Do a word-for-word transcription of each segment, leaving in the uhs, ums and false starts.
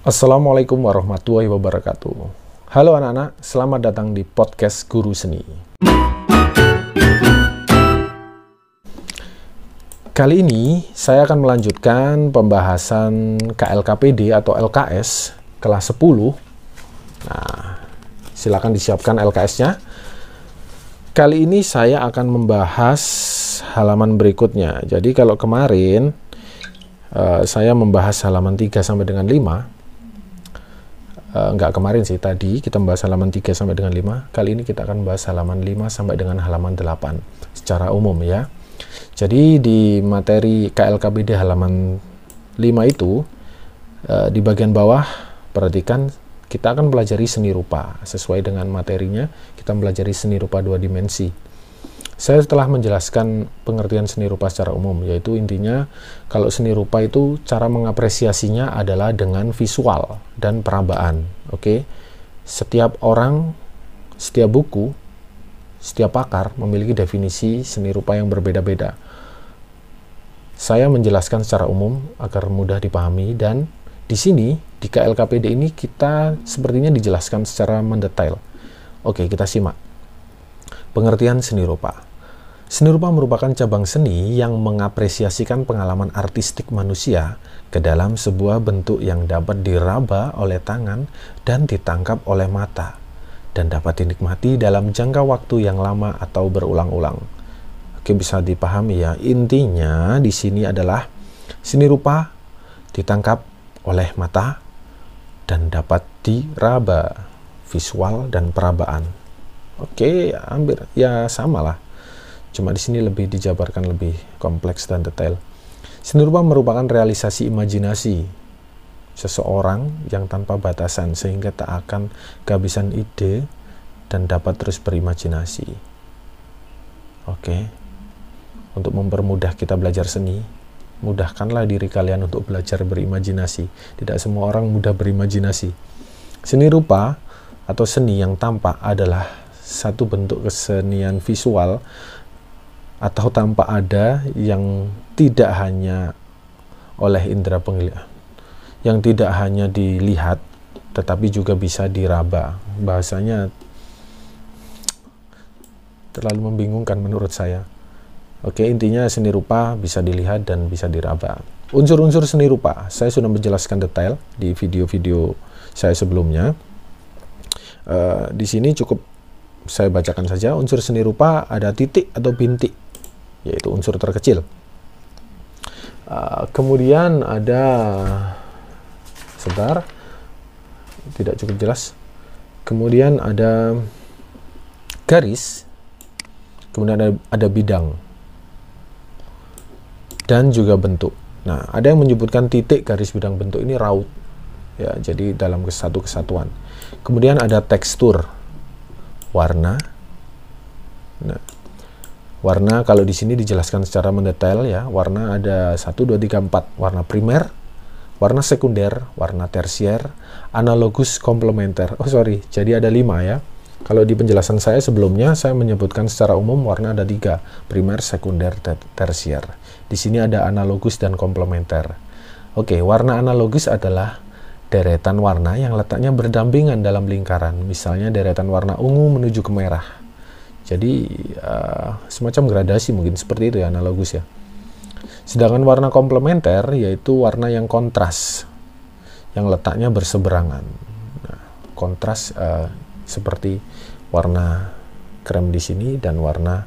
Assalamualaikum warahmatullahi wabarakatuh. Halo anak-anak, selamat datang di podcast Guru Seni. Kali ini saya akan melanjutkan pembahasan K L K P D atau L K S kelas sepuluh. Nah, silakan disiapkan L K S-nya. Kali ini saya akan membahas halaman berikutnya. Jadi kalau kemarin uh, saya membahas halaman tiga sampai dengan lima. Uh, enggak kemarin sih, tadi kita membahas halaman tiga sampai dengan lima. Kali ini kita akan membahas halaman lima sampai dengan halaman delapan secara umum ya. Jadi di materi K L K P D halaman lima itu uh, di bagian bawah perhatikan kita akan pelajari seni rupa. Sesuai dengan materinya, kita pelajari seni rupa dua dimensi. Saya telah menjelaskan pengertian seni rupa secara umum, yaitu intinya kalau seni rupa itu cara mengapresiasinya adalah dengan visual dan perabaan. Oke, setiap orang, setiap buku, setiap pakar memiliki definisi seni rupa yang berbeda-beda. Saya menjelaskan secara umum agar mudah dipahami, dan di sini di K L K P D ini kita sepertinya dijelaskan secara mendetail. Oke, kita simak. Pengertian seni rupa. Seni rupa merupakan cabang seni yang mengapresiasikan pengalaman artistik manusia ke dalam sebuah bentuk yang dapat diraba oleh tangan dan ditangkap oleh mata, dan dapat dinikmati dalam jangka waktu yang lama atau berulang-ulang. Oke, bisa dipahami ya. Intinya di sini adalah seni rupa ditangkap oleh mata dan dapat diraba, visual dan perabaan. Oke, hampir ya sama lah. Cuma di sini lebih dijabarkan lebih kompleks dan detail. Seni rupa merupakan realisasi imajinasi seseorang yang tanpa batasan sehingga tak akan kehabisan ide dan dapat terus berimajinasi. Oke. Untuk mempermudah kita belajar seni, mudahkanlah diri kalian untuk belajar berimajinasi. Tidak semua orang mudah berimajinasi. Seni rupa atau seni yang tampak adalah satu bentuk kesenian visual atau tanpa ada yang tidak hanya oleh indera penglihatan, yang tidak hanya dilihat tetapi juga bisa diraba. Bahasanya terlalu membingungkan menurut saya. Oke, intinya seni rupa bisa dilihat dan bisa diraba. Unsur-unsur seni rupa saya sudah menjelaskan detail di video-video saya sebelumnya. Uh, di sini cukup saya bacakan saja. Unsur seni rupa ada titik atau bintik, yaitu unsur terkecil. Uh, kemudian ada, sebentar, tidak cukup jelas. Kemudian ada garis, kemudian ada, ada bidang, dan juga bentuk. Nah, ada yang menyebutkan titik, garis, bidang, bentuk ini raut, ya, jadi dalam satu kesatuan. Kemudian ada tekstur, warna. Nah, warna kalau di sini dijelaskan secara mendetail ya. Warna ada satu, dua, tiga, empat. Warna primer, warna sekunder, warna tersier, analogus, komplementer. Oh sorry, jadi ada lima ya. Kalau di penjelasan saya sebelumnya, saya menyebutkan secara umum warna ada tiga. Primer, sekunder, tersier. Di sini ada analogus dan komplementer. Oke, warna analogus adalah deretan warna yang letaknya berdampingan dalam lingkaran. Misalnya deretan warna ungu menuju ke merah. Jadi uh, semacam gradasi mungkin seperti itu ya, analogus ya. Sedangkan warna komplementer yaitu warna yang kontras, yang letaknya berseberangan. Nah, kontras uh, seperti warna krem di sini dan warna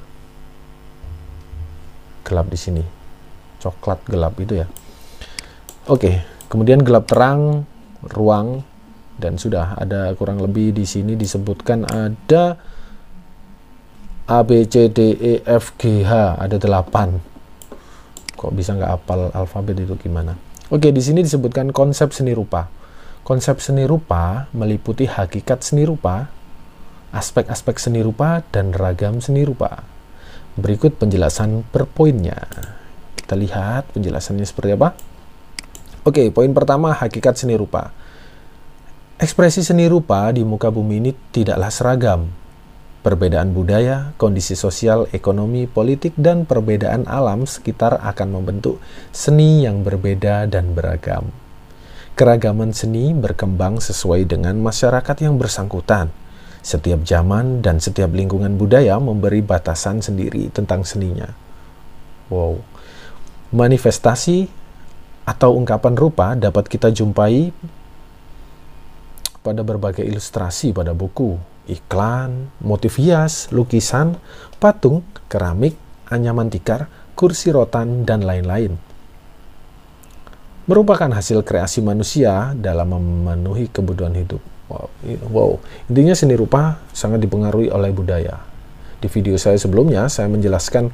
gelap di sini, coklat gelap itu ya. Oke, kemudian gelap terang, ruang, dan sudah ada kurang lebih di sini disebutkan ada A, B, C, D, E, F, G, H, ada delapan. Kok bisa nggak hafal alfabet itu gimana? Oke, di sini disebutkan konsep seni rupa. Konsep seni rupa meliputi hakikat seni rupa, aspek-aspek seni rupa, dan ragam seni rupa. Berikut penjelasan per poinnya. Kita lihat penjelasannya seperti apa. Oke, poin pertama, hakikat seni rupa. Ekspresi seni rupa di muka bumi ini tidaklah seragam. Perbedaan budaya, kondisi sosial, ekonomi, politik, dan perbedaan alam sekitar akan membentuk seni yang berbeda dan beragam. Keragaman seni berkembang sesuai dengan masyarakat yang bersangkutan. Setiap zaman dan setiap lingkungan budaya memberi batasan sendiri tentang seninya. Wow. Manifestasi atau ungkapan rupa dapat kita jumpai pada berbagai ilustrasi pada buku, iklan, motif hias, lukisan, patung, keramik, anyaman tikar, kursi rotan, dan lain-lain. Merupakan hasil kreasi manusia dalam memenuhi kebutuhan hidup. Wow, wow. Intinya seni rupa sangat dipengaruhi oleh budaya. Di video saya sebelumnya, saya menjelaskan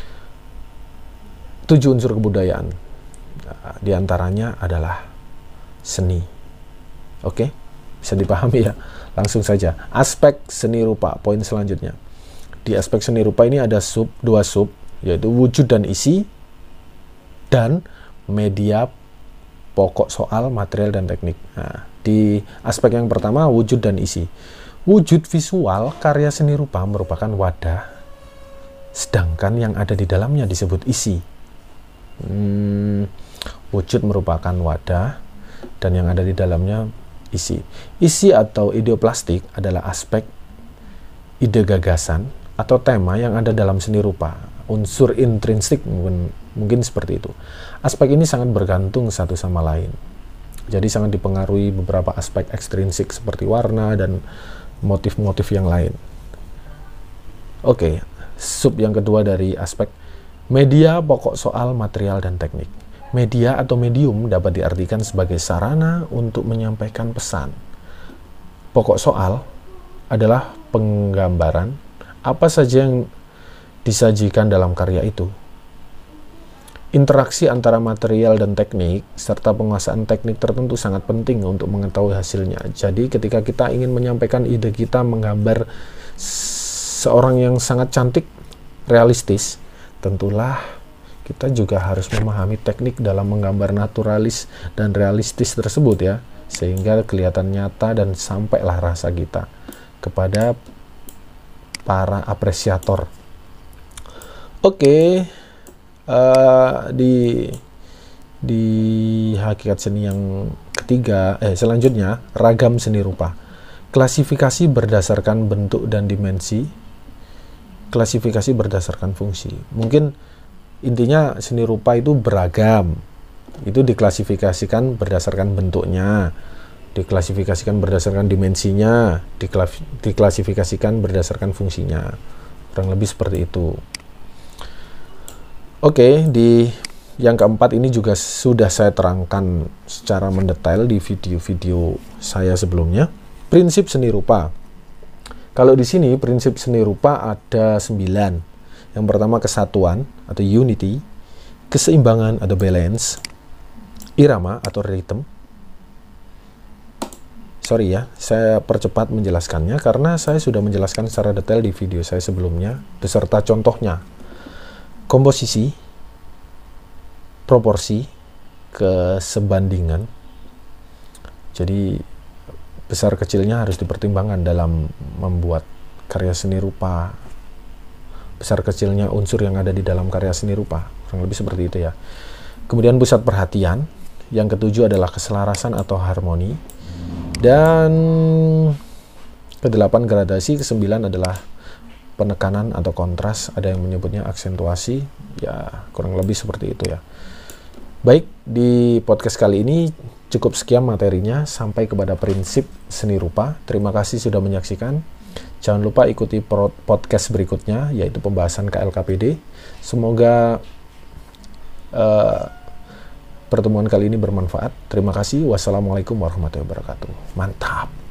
tujuh unsur kebudayaan. Di antaranya adalah seni. Oke, bisa dipahami ya? Langsung saja. Aspek seni rupa, poin selanjutnya. Di aspek seni rupa ini ada sub, dua sub, yaitu wujud dan isi, dan media, pokok soal, material, dan teknik. Nah, di aspek yang pertama, wujud dan isi. Wujud visual karya seni rupa merupakan wadah, sedangkan yang ada di dalamnya disebut isi. Hmm, wujud merupakan wadah, dan yang ada di dalamnya isi. Isi atau ideoplastik adalah aspek ide gagasan atau tema yang ada dalam seni rupa. Unsur intrinsik mungkin, mungkin seperti itu. Aspek ini sangat bergantung satu sama lain. Jadi sangat dipengaruhi beberapa aspek ekstrinsik seperti warna dan motif-motif yang lain. Oke, sub yang kedua dari aspek media, pokok soal, material, dan teknik. Media atau medium dapat diartikan sebagai sarana untuk menyampaikan pesan. Pokok soal adalah penggambaran apa saja yang disajikan dalam karya itu. Interaksi antara material dan teknik serta penguasaan teknik tertentu sangat penting untuk mengetahui hasilnya. Jadi ketika kita ingin menyampaikan ide kita menggambar seorang yang sangat cantik, realistis, tentulah kita juga harus memahami teknik dalam menggambar naturalis dan realistis tersebut ya, sehingga kelihatan nyata dan sampailah rasa kita kepada para apresiator. Oke, uh, di di hakikat seni yang ketiga, eh selanjutnya ragam seni rupa. Klasifikasi berdasarkan bentuk dan dimensi. Klasifikasi berdasarkan fungsi. Mungkin intinya seni rupa itu beragam. Itu diklasifikasikan berdasarkan bentuknya, diklasifikasikan berdasarkan dimensinya, diklasifikasikan berdasarkan fungsinya. Kurang lebih seperti itu. Oke, di yang keempat ini juga sudah saya terangkan secara mendetail di video-video saya sebelumnya. Prinsip seni rupa. Kalau di sini prinsip seni rupa ada sembilan. Yang pertama kesatuan atau unity, keseimbangan atau balance, irama atau rhythm. Sorry ya, saya percepat menjelaskannya karena saya sudah menjelaskan secara detail di video saya sebelumnya beserta contohnya. Komposisi, proporsi, kesebandingan. Jadi besar kecilnya harus dipertimbangkan dalam membuat karya seni rupa. Besar kecilnya unsur yang ada di dalam karya seni rupa, kurang lebih seperti itu ya. Kemudian pusat perhatian. Yang ketujuh adalah keselarasan atau harmoni. Dan kedelapan gradasi, kesembilan adalah penekanan atau kontras, ada yang menyebutnya aksentuasi, ya kurang lebih seperti itu ya. Baik, di podcast kali ini cukup sekian materinya sampai kepada prinsip seni rupa. Terima kasih sudah menyaksikan. Jangan lupa ikuti podcast berikutnya, yaitu pembahasan K L K P D. Semoga uh, pertemuan kali ini bermanfaat. Terima kasih. Wassalamualaikum warahmatullahi wabarakatuh. Mantap.